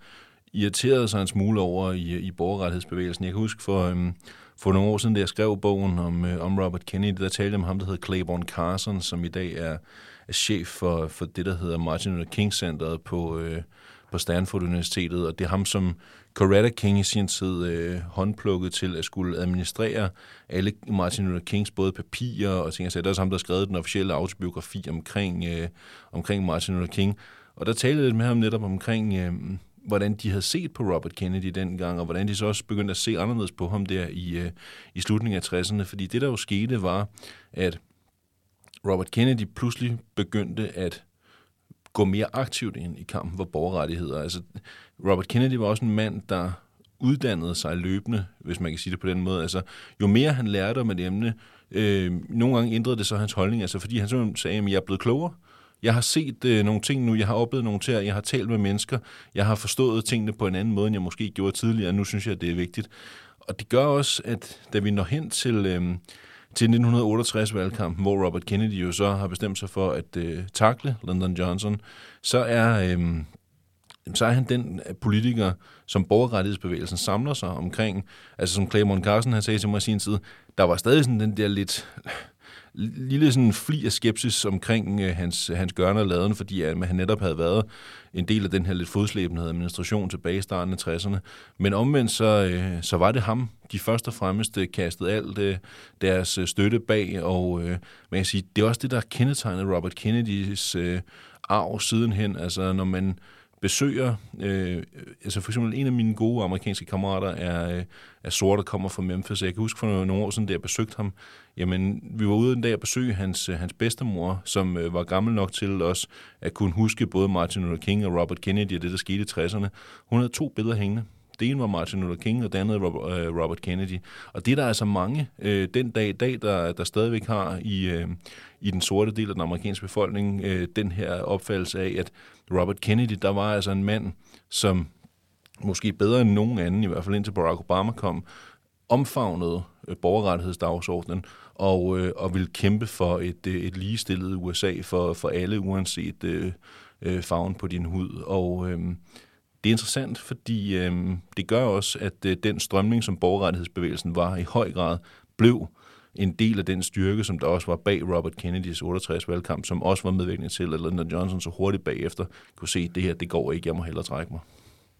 irriterede sig en smule over i, i borgerrettighedsbevægelsen. Jeg kan huske for, øhm, for nogle år siden, da jeg skrev bogen om, øh, om Robert Kennedy, der talte jeg om ham, der hedder Claiborne Carson, som i dag er, er chef for, for det, der hedder Martin Luther King Centeret på, øh, på Stanford Universitetet, og det er ham, som Coretta King i sin tid øh, håndplukket til at skulle administrere alle Martin Luther Kings både papirer og ting. Altså, det er også ham, der har skrevet den officielle autobiografi omkring, øh, omkring Martin Luther King. Og der talte jeg lidt med ham netop omkring, øh, hvordan de havde set på Robert Kennedy dengang, og hvordan de så også begyndte at se anderledes på ham der i, øh, i slutningen af tresserne. Fordi det, der jo skete, var, at Robert Kennedy pludselig begyndte at gå mere aktivt ind i kampen for borgerrettigheder. Altså, Robert Kennedy var også en mand, der uddannede sig løbende, hvis man kan sige det på den måde. Altså, jo mere han lærte om et emne, øh, nogle gange ændrede det så hans holdning, altså fordi han så sagde, at jeg er blevet klogere. Jeg har set øh, nogle ting nu, jeg har oplevet nogle ting, jeg har talt med mennesker, jeg har forstået tingene på en anden måde, end jeg måske gjorde tidligere, og nu synes jeg, at det er vigtigt. Og det gør også, at da vi når hen til, øh, til nitten otteogtres-valgkampen, hvor Robert Kennedy jo så har bestemt sig for at øh, takle Lyndon Johnson, så er, øh, så er han den politiker, som borgerrettighedsbevægelsen samler sig omkring. Altså som Claiborne Carson han sagde til mig i sin tid, der var stadig sådan den der lidt lille sådan fli af skepsis omkring øh, hans, hans gørne og laden, fordi at han netop havde været en del af den her lidt fodslæbende administration tilbage i starten af tresserne. Men omvendt så, øh, så var det ham, de først og fremmest øh, kastede alt øh, deres øh, støtte bag, og øh, man kan sige, det er også det, der kendetegnede Robert Kennedys øh, arv sidenhen. Altså når man besøger, øh, altså for eksempel en af mine gode amerikanske kammerater er, øh, er sort, der kommer fra Memphis. Jeg kan huske for nogle år siden, da jeg besøgte ham, jamen vi var ude en dag at besøge hans, hans bedstemor, som øh, var gammel nok til os at kunne huske både Martin Luther King og Robert Kennedy og det, der skete i tresserne. Hun havde to billeder hængende. Det ene var Martin Luther King, og det andet Robert, øh, Robert Kennedy. Og det er der altså mange øh, den dag i dag, der, der stadigvæk har i, øh, i den sorte del af den amerikanske befolkning øh, den her opfattelse af, at Robert Kennedy, der var altså en mand, som måske bedre end nogen anden, i hvert fald indtil Barack Obama kom, omfavnede øh, borgerrettighedsdagsordenen og, øh, og ville kæmpe for et, øh, et ligestillet U S A for, for alle, uanset øh, øh, farven på din hud. Og øh, det er interessant, fordi øh, det gør også, at øh, den strømning, som borgerrettighedsbevægelsen var, i høj grad blev en del af den styrke, som der også var bag Robert Kennedys otteogtres-valgkamp, som også var medvirkende til, at Lyndon Johnson så hurtigt bagefter kunne se, at det her, det går ikke, jeg må hellere trække mig.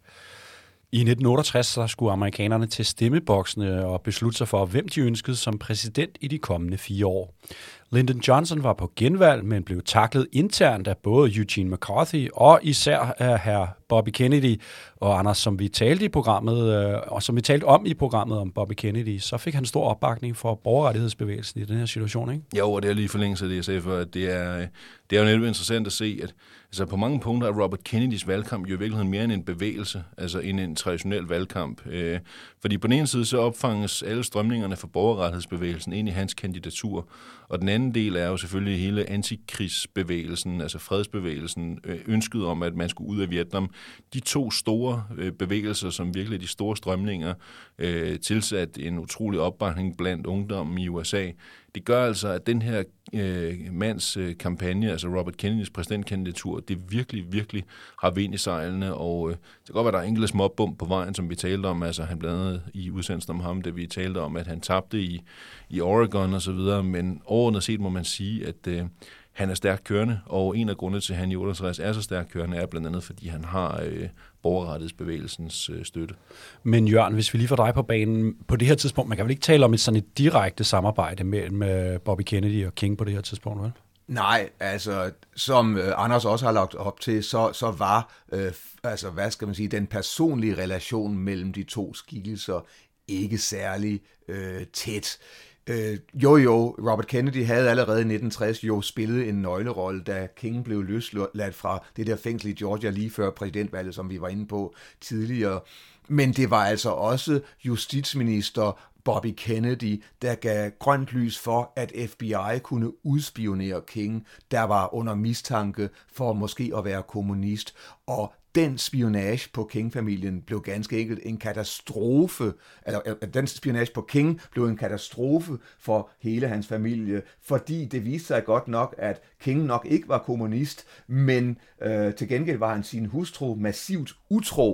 I nitten otteogtres så skulle amerikanerne til stemmeboksene og beslutte sig for, hvem de ønskede som præsident i de kommende fire år. Lyndon Johnson var på genvalg, men blev taklet internt af både Eugene McCarthy og især af hr. Bobby Kennedy. Og Anders, som vi talte i programmet, og som vi talte om i programmet om Bobby Kennedy, så fik han stor opbakning for borgerrettighedsbevægelsen i den her situation, ikke? Jo, og det er lige forlængelse af det, jeg sagde før, at det er, det er jo netop interessant at se, at altså på mange punkter er Robert Kennedys valgkamp jo i virkeligheden mere end en bevægelse, altså end en traditionel valgkamp. Øh, fordi på den ene side så opfanges alle strømningerne for borgerrettighedsbevægelsen ind i hans kandidatur, og den anden del er jo selvfølgelig hele antikrigsbevægelsen, altså fredsbevægelsen, øh, ønsket om, at man skulle ud af Vietnam. De to store øh, bevægelser, som virkelig er de store strømninger, øh, tilsat en utrolig opbakning blandt ungdommen i U S A. Det gør altså, at den her øh, mands øh, kampagne, altså Robert Kennedys præsidentkandidatur, det virkelig, virkelig har vind i sejlene, og øh, det kan godt være, der er enkelte småbump på vejen, som vi talte om, altså han blandt andet i udsendelsen om ham, da vi talte om, at han tabte i, i Oregon og så videre, men overordnet set må man sige, at øh, han er stærkt kørende, og en af grundene til, at han i otteogtres er så stærkt kørende, er blandt andet, fordi han har øh, borgerrettighedsbevægelsens øh, støtte. Men Jørgen, hvis vi lige får dig på banen, på det her tidspunkt, man kan vel ikke tale om et sådan et direkte samarbejde mellem øh, Bobby Kennedy og King på det her tidspunkt, vel? Nej, altså som øh, Anders også har lagt op til, så, så var øh, altså, hvad skal man sige, den personlige relation mellem de to skikkelser ikke særlig øh, tæt. Øh, jo jo, Robert Kennedy havde allerede i nitten tres jo spillet en nøglerolle, da King blev løsladt fra det der fængsel i Georgia lige før præsidentvalget, som vi var inde på tidligere. Men det var altså også justitsminister Bobby Kennedy, der gav grønt lys for, at F B I kunne udspionere King, der var under mistanke for måske at være kommunist. Og den spionage på King-familien blev ganske enkelt en katastrofe, eller den spionage på King blev en katastrofe for hele hans familie, fordi det viste sig godt nok, at King nok ikke var kommunist, men øh, til gengæld var han sin hustru massivt utro,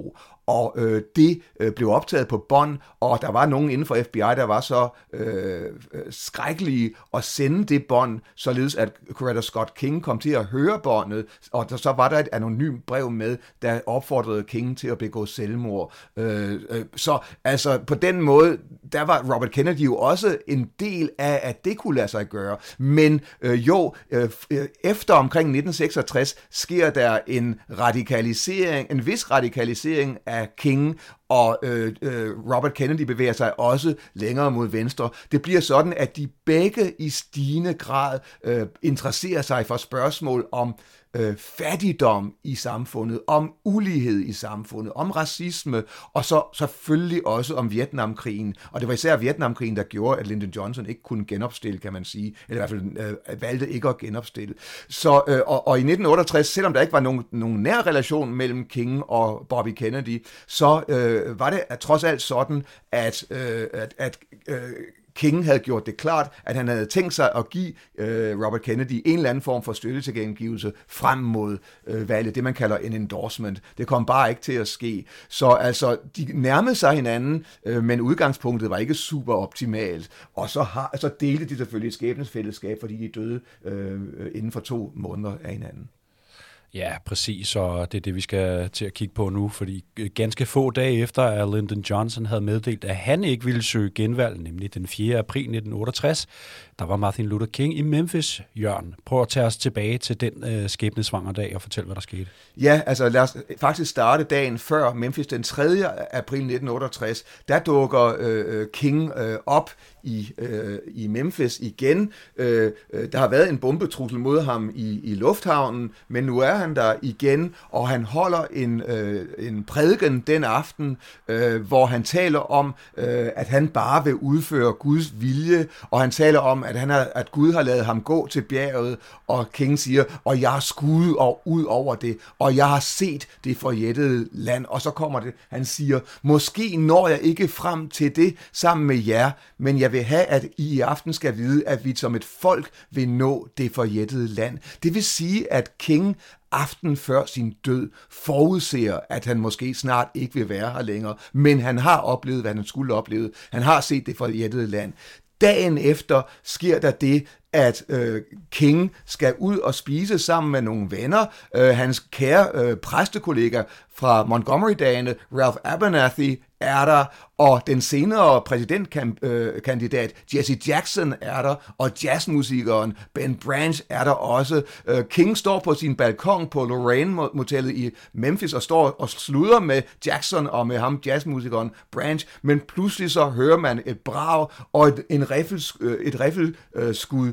og øh, det øh, blev optaget på bånd, og der var nogen inden for F B I, der var så øh, skrækkelige at sende det bånd, således at Coretta Scott King kom til at høre båndet, og der, så var der et anonymt brev med, der opfordrede King til at begå selvmord. Øh, øh, så altså på den måde, der var Robert Kennedy jo også en del af, at det kunne lade sig gøre. Men øh, jo, øh, efter omkring nitten seksogtres sker der en radikalisering, en vis radikalisering af King, og øh, øh, Robert Kennedy bevæger sig også længere mod venstre. Det bliver sådan, at de begge i stigende grad øh, interesserer sig for spørgsmål om øh, fattigdom i samfundet, om ulighed i samfundet, om racisme, og så selvfølgelig også om Vietnamkrigen. Og det var især Vietnamkrigen, der gjorde, at Lyndon Johnson ikke kunne genopstille, kan man sige, eller i hvert fald øh, valgte ikke at genopstille. Så, øh, og, og i nitten otteogtres, selvom der ikke var nogen, nogen nær relation mellem King og Bobby Kennedy, så øh, var det trods alt sådan, at, øh, at, at øh, King havde gjort det klart, at han havde tænkt sig at give øh, Robert Kennedy en eller anden form for støttetilgengivelse frem mod øh, valget, det man kalder en endorsement. Det kom bare ikke til at ske. Så altså, de nærmede sig hinanden, øh, men udgangspunktet var ikke super optimalt. Og så, har, så delte de selvfølgelig et skæbnesfællesskab, fordi de døde øh, inden for to måneder af hinanden. Ja, præcis, og det er det, vi skal til at kigge på nu, fordi ganske få dage efter, at Lyndon Johnson havde meddelt, at han ikke ville søge genvalg, nemlig den fjerde april nitten otteogtres, der var Martin Luther King i Memphis. Jørgen, prøv at tage os tilbage til den øh, skæbnesvangre dag og fortæl, hvad der skete. Ja, altså lad os faktisk starte dagen før Memphis, den tredje april nitten otteogtres, der dukker øh, King øh, op i, øh, i Memphis igen. Øh, der har været en bombetrussel mod ham i, i lufthavnen, men nu er han der igen, og han holder en, øh, en prædiken den aften, øh, hvor han taler om, øh, at han bare vil udføre Guds vilje, og han taler om, at, han har, at Gud har ladet ham gå til bjerget, og King siger, og jeg har skudt og ud over det, og jeg har set det forjættede land, og så kommer det, han siger, måske når jeg ikke frem til det sammen med jer, men jeg vil have, at I i aften skal vide, at vi som et folk vil nå det forjættede land. Det vil sige, at King aften før sin død forudser, at han måske snart ikke vil være her længere, men han har oplevet, hvad han skulle opleve. Han har set det forjættede land. Dagen efter sker der det, at øh, King skal ud og spise sammen med nogle venner. Øh, hans kære øh, præstekollega fra Montgomery-dagene, Ralph Abernathy, er der, og den senere præsidentkandidat Jesse Jackson er der, og jazzmusikeren Ben Branch er der også. Øh, King står på sin balkon på Lorraine-motellet i Memphis og står og sluder med Jackson og med ham, jazzmusikeren Branch, men pludselig så hører man et brag og et, en riffels, et riffelskud.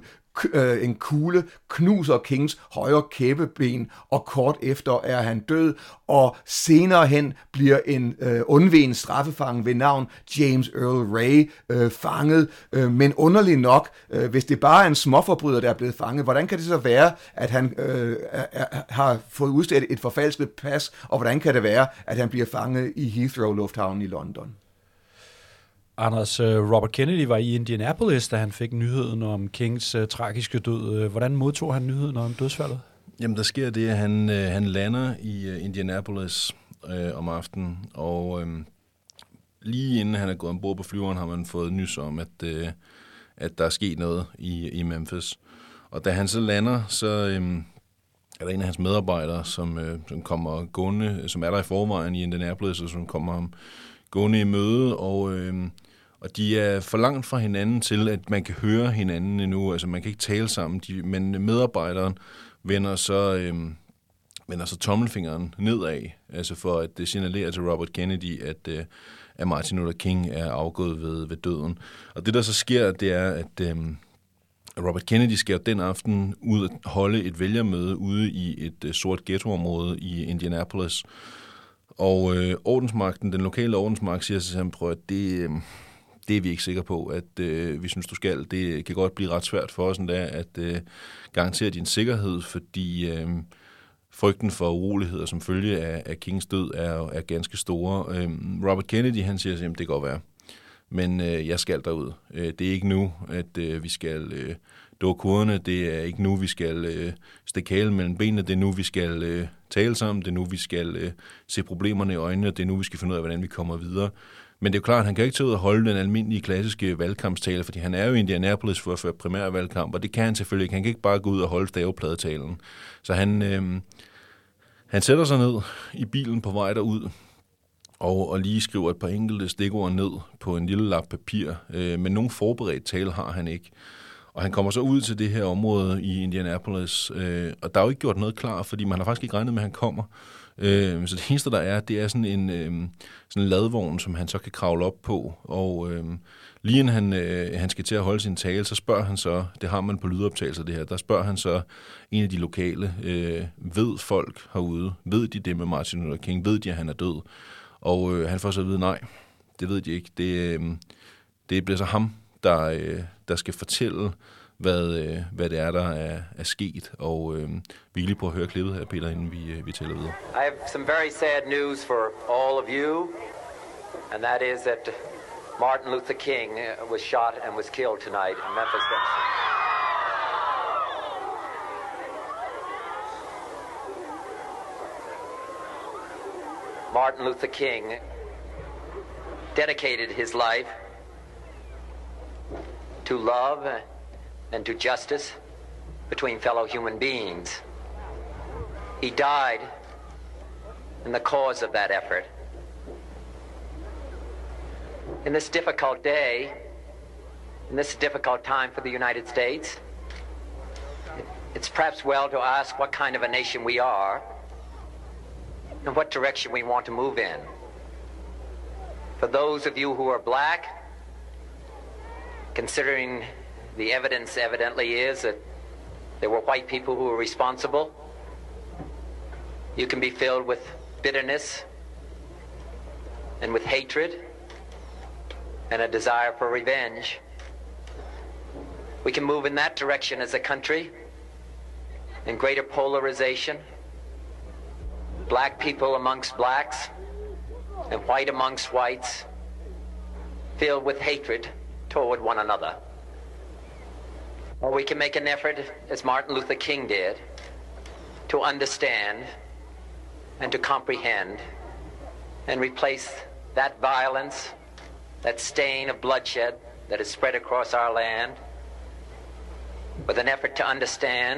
En kugle knuser Kings højre kæbeben, og kort efter er han død, og senere hen bliver en øh, undvigen straffefange ved navn James Earl Ray øh, fanget, øh, men underligt nok, øh, hvis det bare er en småforbryder, der er blevet fanget, hvordan kan det så være, at han øh, er, er, har fået udstedt et forfalsket pas, og hvordan kan det være, at han bliver fanget i Heathrow Lufthavnen i London? Anders, Robert Kennedy var i Indianapolis, da han fik nyheden om Kings uh, tragiske død. Hvordan modtog han nyheden om dødsfaldet? Jamen, der sker det, at han, øh, han lander i uh, Indianapolis øh, om aftenen, og øh, lige inden han er gået ombord på flyveren, har man fået nys om, at, øh, at der er sket noget i, i Memphis. Og da han så lander, så øh, er der en af hans medarbejdere, som, øh, som kommer gående, som er der i forvejen i Indianapolis, og som kommer ham gående i møde, og, øh, og de er for langt fra hinanden til, at man kan høre hinanden endnu. Altså, man kan ikke tale sammen, de, men medarbejderen vender så, øh, vender så tommelfingeren nedad, altså for at det signalerer til Robert Kennedy, at, øh, at Martin Luther King er afgået ved, ved døden. Og det, der så sker, det er, at øh, Robert Kennedy skal den aften ud at holde et vælgermøde ude i et øh, sort ghettoområde i Indianapolis. Og øh, ordensmagten, den lokale ordensmagt, siger til ham, prøv at det, øh, det er vi ikke sikre på, at øh, vi synes, du skal. Det kan godt blive ret svært for os endda at øh, garantere din sikkerhed, fordi øh, frygten for uroligheder som følge af, af Kings død er, er ganske store. Øh, Robert Kennedy, han siger, at det kan godt være, men øh, jeg skal derud. Øh, det er ikke nu, at øh, vi skal øh, det var koderne, det er ikke nu, vi skal øh, stikke halen mellem benene, det er nu, vi skal øh, tale sammen, det er nu, vi skal øh, se problemerne i øjnene, det er nu, vi skal finde ud af, hvordan vi kommer videre. Men det er jo klart, at han kan ikke tage ud og holde den almindelige klassiske valgkampstale, fordi han er jo i Indianapolis for at føre primærvalgkamp, og det kan han selvfølgelig ikke. Han kan ikke bare gå ud og holde stavepladetalen. Så han, øh, han sætter sig ned i bilen på vej derud, og, og lige skriver et par enkelte stikord ned på en lille lap papir, øh, men nogen forberedt tale har han ikke. Og han kommer så ud til det her område i Indianapolis, øh, og der er jo ikke gjort noget klar, fordi man har faktisk ikke regnet med, at han kommer. Øh, så det eneste, der er, det er sådan en, øh, sådan en ladvogn, som han så kan kravle op på, og øh, lige inden han, øh, han skal til at holde sin tale, så spørger han så, det har man på lydoptagelser det her, der spørger han så en af de lokale, øh, ved folk herude, ved de det med Martin Luther King, ved de, at han er død? Og øh, han får så at vide, nej, det ved de ikke. Det, øh, det bliver så ham, der, øh, der skal fortælle, hvad, øh, hvad det er, der er, er sket. Og øh, vi kan lige prøve at høre klippet her, Peter, inden vi, øh, vi tæller videre. I have some very sad news for all of you, and that is that Martin Luther King was shot and was killed tonight in Memphis. Martin Luther King dedicated his life to love and to justice between fellow human beings. He died in the cause of that effort. In this difficult day, in this difficult time for the United States, it's perhaps well to ask what kind of a nation we are and what direction we want to move in. For those of you who are black, considering the evidence evidently is that there were white people who were responsible, you can be filled with bitterness and with hatred and a desire for revenge. We can move in that direction as a country, in greater polarization, black people amongst blacks and white amongst whites, filled with hatred toward one another. Or we can make an effort, as Martin Luther King did, to understand and to comprehend and replace that violence, that stain of bloodshed that is spread across our land, with an effort to understand,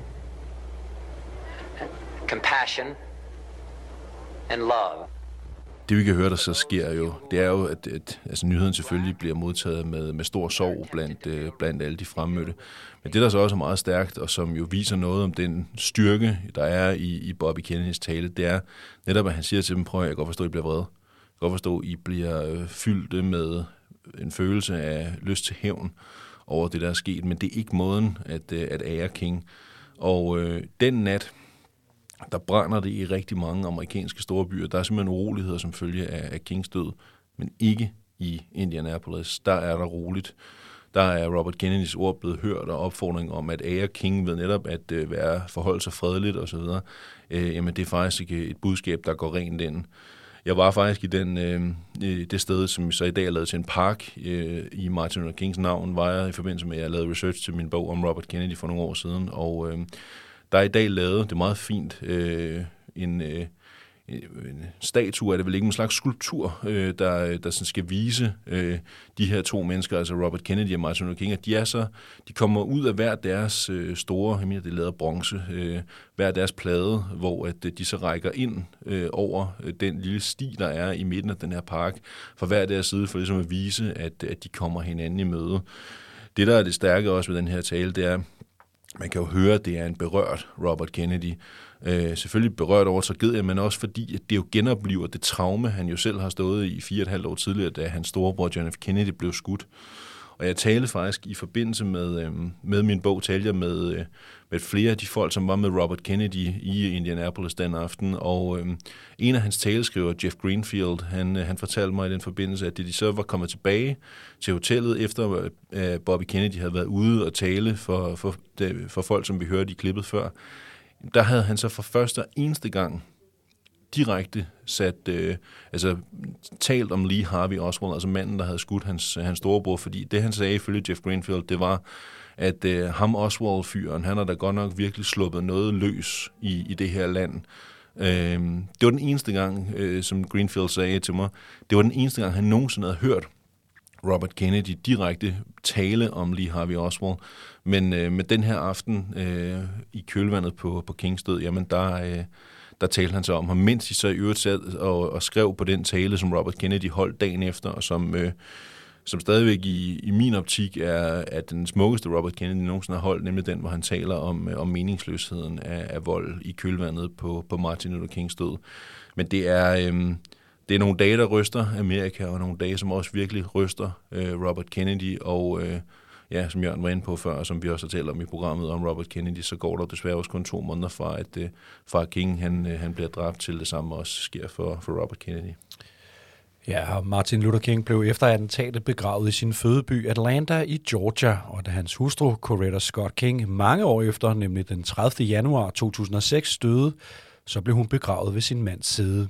compassion, and love. Det vi kan høre, der så sker jo, det er jo, at, at altså, nyheden selvfølgelig bliver modtaget med, med stor sorg blandt, øh, blandt alle de fremmødte. Men det, der så også er meget stærkt, og som jo viser noget om den styrke, der er i, i Bobby Kennedys tale, det er netop, at han siger til dem, prøv at jeg kan godt forstå, at I bliver vrede. Jeg kan godt forstå, at I bliver øh, fyldt med en følelse af lyst til hævn over det, der er sket, men det er ikke måden at, øh, at ære King. Og øh, den nat, der brænder det i rigtig mange amerikanske storbyer. Der er simpelthen uroligheder som følge af, af Kings død, men ikke i Indianapolis. Der er der roligt. Der er Robert Kennedys ord blevet hørt, og opfordring om at ære King ved netop at øh, være forholde sig fredeligt osv. Øh, jamen det er faktisk ikke et budskab, der går rent ind. Jeg var faktisk i den, øh, det sted, som så i dag er lavet til en park øh, i Martin Luther Kings navn, var jeg i forbindelse med, at jeg lavede research til min bog om Robert Kennedy for nogle år siden, og øh, der er i dag lavet, det er meget fint, øh, en, øh, en statue, er det vel ikke en slags skulptur, øh, der, der sådan skal vise øh, de her to mennesker, altså Robert Kennedy og Martin Luther King, at de er så, de kommer ud af hver deres øh, store, jeg mener, det er lavet af bronze, øh, hver deres plade, hvor at de så rækker ind øh, over den lille sti, der er i midten af den her park, fra hver deres side, for ligesom at vise, at, at de kommer hinanden i møde. Det, der er det stærke også ved den her tale, det er, man kan jo høre, at det er en berørt Robert Kennedy. Øh, selvfølgelig berørt over tragedie, men også fordi, at det jo genopliver det traume, han jo selv har stået i fire og et halvt år tidligere, da hans storebror John F. Kennedy blev skudt. Og jeg talte faktisk i forbindelse med, øh, med min bog, talte jeg med, øh, med flere af de folk, som var med Robert Kennedy i Indianapolis den aften. Og øh, en af hans taleskriver, Jeff Greenfield, han, øh, han fortalte mig i den forbindelse, at de så var kommet tilbage til hotellet, efter øh, Bobby Kennedy havde været ude og tale for, for, for folk, som vi hørte i klippet før. Der havde han så for første og eneste gang direkte sat, øh, altså talt om Lee Harvey Oswald, altså manden, der havde skudt hans, hans storebror, fordi det, han sagde ifølge Jeff Greenfield, det var, at øh, ham Oswald-fyren, han har da godt nok virkelig sluppet noget løs i, i det her land. Øh, det var den eneste gang, øh, som Greenfield sagde til mig, det var den eneste gang, han nogensinde havde hørt Robert Kennedy direkte tale om Lee Harvey Oswald. Men øh, med den her aften øh, i kølvandet på, på Kings død, jamen der, øh, der talte han så om ham, mens de så i øvrigt sad og, og skrev på den tale, som Robert Kennedy holdt dagen efter, og som, øh, som stadigvæk i, i min optik er, er den smukkeste Robert Kennedy nogensinde har holdt, nemlig den, hvor han taler om, om meningsløsheden af, af vold i kølvandet på, på Martin Luther Kings død. Men det er... Øh, Det er nogle dage, der ryster Amerika, og nogle dage, som også virkelig ryster øh, Robert Kennedy, og øh, ja, som Jørgen var inde på før, og som vi også har talt om i programmet om Robert Kennedy, så går der desværre også kun to måneder fra, at, øh, fra King han, øh, han bliver dræbt, til det samme også sker for, for Robert Kennedy. Ja, og Martin Luther King blev efter attentatet begravet i sin fødeby Atlanta i Georgia, og da hans hustru Coretta Scott King mange år efter, nemlig den tredivte januar to tusind og seks, døde, så blev hun begravet ved sin mands side.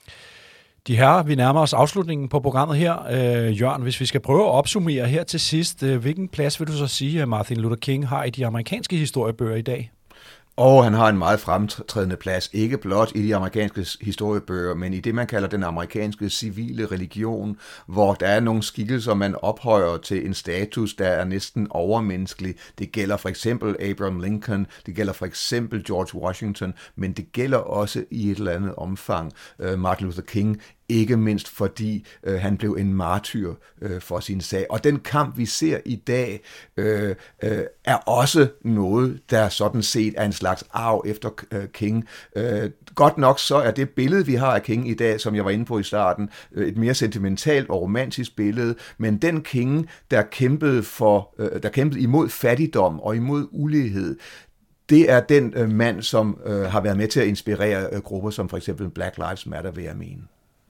De her, vi nærmer os afslutningen på programmet her. Øh, Jørgen, hvis vi skal prøve at opsummere her til sidst, øh, hvilken plads vil du så sige, at Martin Luther King har i de amerikanske historiebøger i dag? Og han har en meget fremtrædende plads, ikke blot i de amerikanske historiebøger, men i det, man kalder den amerikanske civile religion, hvor der er nogle skikkelser, man ophøjer til en status, der er næsten overmenneskelig. Det gælder for eksempel Abraham Lincoln, det gælder for eksempel George Washington, men det gælder også i et eller andet omfang Martin Luther King, ikke mindst fordi øh, han blev en martyr øh, for sin sag. Og den kamp, vi ser i dag, øh, øh, er også noget, der sådan set er en slags arv efter øh, King. Øh, godt nok så er det billede, vi har af King i dag, som jeg var inde på i starten, øh, et mere sentimentalt og romantisk billede, men den King, der kæmpede, for, øh, der kæmpede imod fattigdom og imod ulighed, det er den øh, mand, som øh, har været med til at inspirere øh, grupper som for eksempel Black Lives Matter, vil jeg mene.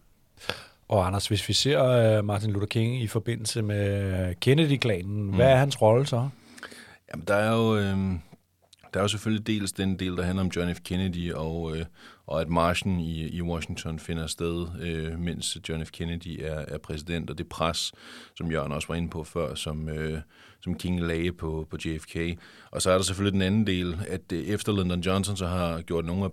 Og Anders, hvis vi ser Martin Luther King i forbindelse med Kennedy-klanen, mm. hvad er hans rolle så? Jamen, der er jo, øh, der er jo selvfølgelig dels den del, der handler om John F. Kennedy, og, øh, og at marchen i, i Washington finder sted, øh, mens John F. Kennedy er, er præsident, og det pres, som Jørgen også var inde på før, som, øh, som King lagde på, på J F K. Og så er der selvfølgelig den anden del, at øh, efter Lyndon Johnson så har gjort nogle af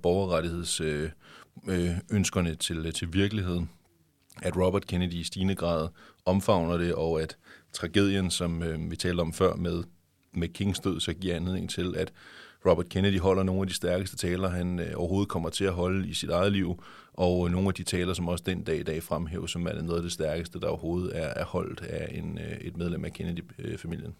borgerrettighedsønskerne øh, øh, til, til virkeligheden, at Robert Kennedy i stigende grad omfavner det, og at tragedien, som øh, vi talte om før med, med Kings død, så giver anledning til, at Robert Kennedy holder nogle af de stærkeste taler, han øh, overhovedet kommer til at holde i sit eget liv, og nogle af de taler, som også den dag i dag fremhæves, som er noget af det stærkeste, der overhovedet er, er holdt af en, øh, et medlem af Kennedy-familien.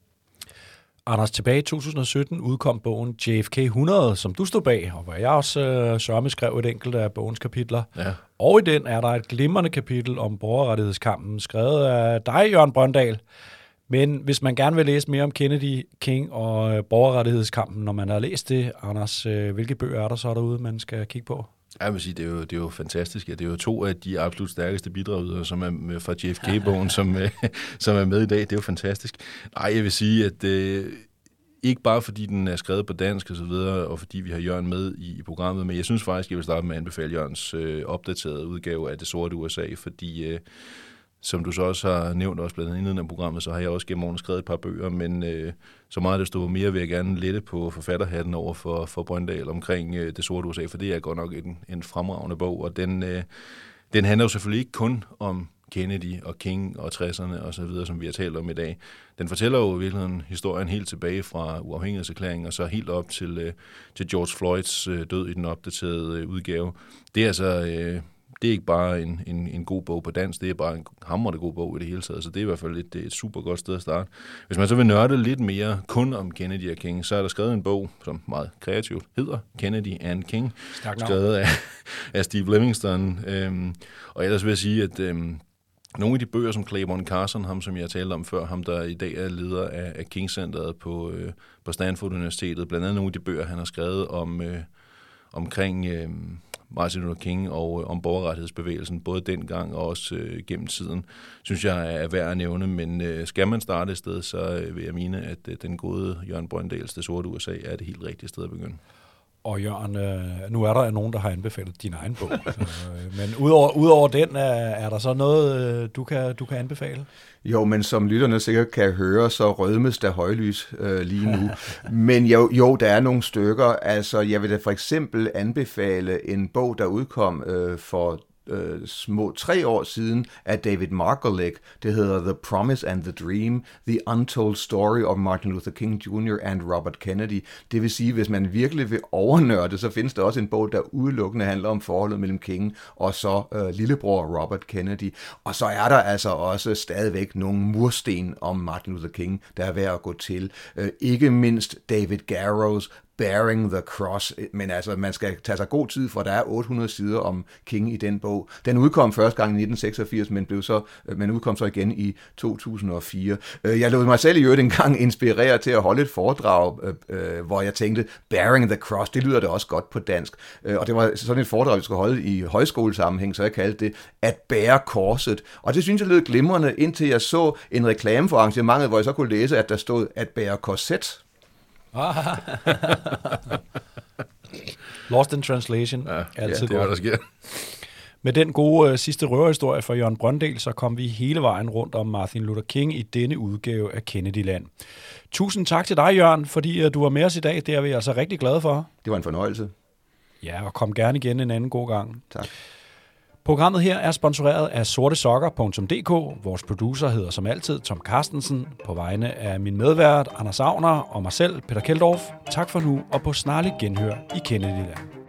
Anders, tilbage i to tusind og sytten udkom bogen J F K hundrede, som du stod bag, og hvor jeg også øh, sørme skrev et enkelt af bogens kapitler. Ja. Og i den er der et glimrende kapitel om borgerrettighedskampen, skrevet af dig, Jørgen Brøndal. Men hvis man gerne vil læse mere om Kennedy, King og øh, borgerrettighedskampen, når man har læst det, Anders, øh, hvilke bøger er der så derude, man skal kigge på? Jeg vil sige, det er jo, det er jo fantastisk. Det er jo to af de absolut stærkeste bidragydere, som er med fra J F K-bogen, som, som er med i dag. Det er jo fantastisk. Nej, jeg vil sige, at øh, ikke bare fordi den er skrevet på dansk og så videre, og fordi vi har Jørgen med i, i programmet, men jeg synes faktisk, jeg vil starte med at anbefale Jørgens øh, opdaterede udgave af Det Sorte U S A, fordi øh, som du så også har nævnt også blandt andet inden af programmet, så har jeg også gennem årene skrevet et par bøger, men øh, så meget desto mere vil jeg gerne lette på forfatterhatten over for, for Brøndal omkring øh, Det Sorte U S A, for det er godt nok en, en fremragende bog, og den, øh, den handler jo selvfølgelig ikke kun om Kennedy og King og tresserne og så videre, som vi har talt om i dag. Den fortæller jo i virkeligheden historien helt tilbage fra uafhængighedserklæringen og så helt op til, øh, til George Floyds øh, død i den opdaterede øh, udgave. Det er altså... Øh, Det er ikke bare en, en, en god bog på dansk, det er bare en hamrende god bog i det hele taget, så det er i hvert fald et, et super godt sted at starte. Hvis man så vil nørde lidt mere kun om Kennedy og King, så er der skrevet en bog, som meget kreativt hedder Kennedy and King, skrevet af, af Steve Livingston. Øhm, og ellers vil jeg sige, at øhm, nogle af de bøger, som Claiborne Carson, ham som jeg talte om før, ham der i dag er leder af, af King-centeret på, øh, på Stanford Universitetet, blandt andet nogle af de bøger, han har skrevet om øh, omkring... Øh, Martin Luther King og øh, om borgerrettighedsbevægelsen, både dengang og også øh, gennem tiden, synes jeg er værd at nævne. Men øh, skal man starte et sted, så øh, vil jeg mene, at øh, den gode Jørgen Brøndals Det Sorte U S A er det helt rigtige sted at begynde. Og Jørgen, øh, nu er der nogen, der har anbefalet din egen bog. Så, øh, men udover, udover den, er, er der så noget, øh, du, kan, du kan anbefale? Jo, men som lytterne sikkert kan høre, så rødmes der højlys øh, lige nu. Men jo, jo, der er nogle stykker. Altså, jeg vil da for eksempel anbefale en bog, der udkom øh, for øh, små tre år siden af David Margolin. Det hedder The Promise and the Dream, The Untold Story of Martin Luther King junior and Robert Kennedy. Det vil sige, hvis man virkelig vil overnørde, så findes der også en bog, der udelukkende handler om forholdet mellem King og så øh, lillebror Robert Kennedy. Og så er der altså også stadigvæk nogle mursten om Martin Luther King, der er værd at gå til. Øh, ikke mindst David Garrows Bearing the Cross, men altså, man skal tage sig god tid, for der er otte hundrede sider om King i den bog. Den udkom første gang i nitten seksogfirs, men, blev så, men udkom så igen i to tusind og fire. Jeg lod mig selv i øvrigt engang inspirere til at holde et foredrag, hvor jeg tænkte, Bearing the Cross, det lyder da også godt på dansk. Og det var sådan et foredrag, jeg skulle holde i højskolesammenhæng, så jeg kaldte det at bære korset. Og det synes jeg lød glimrende, indtil jeg så en reklame for arrangementet, hvor jeg så kunne læse, at der stod at bære korset. Lost in translation. Ja, altid ja, det er, hvad der sker. Med den gode uh, sidste røverhistorie fra Jørgen Brøndel, så kom vi hele vejen rundt om Martin Luther King i denne udgave af Kennedyland. Tusind tak til dig, Jørgen, fordi uh, du var med os i dag. Det er vi altså rigtig glade for. Det var en fornøjelse. Ja, og kom gerne igen en anden god gang. Tak. Programmet her er sponsoreret af sortesokker punktum d k. Vores producer hedder som altid Tom Carstensen. På vegne af min medvært Anders Agner og mig selv, Peter Keldorf. Tak for nu, og på snarlig genhør i Kennedyland.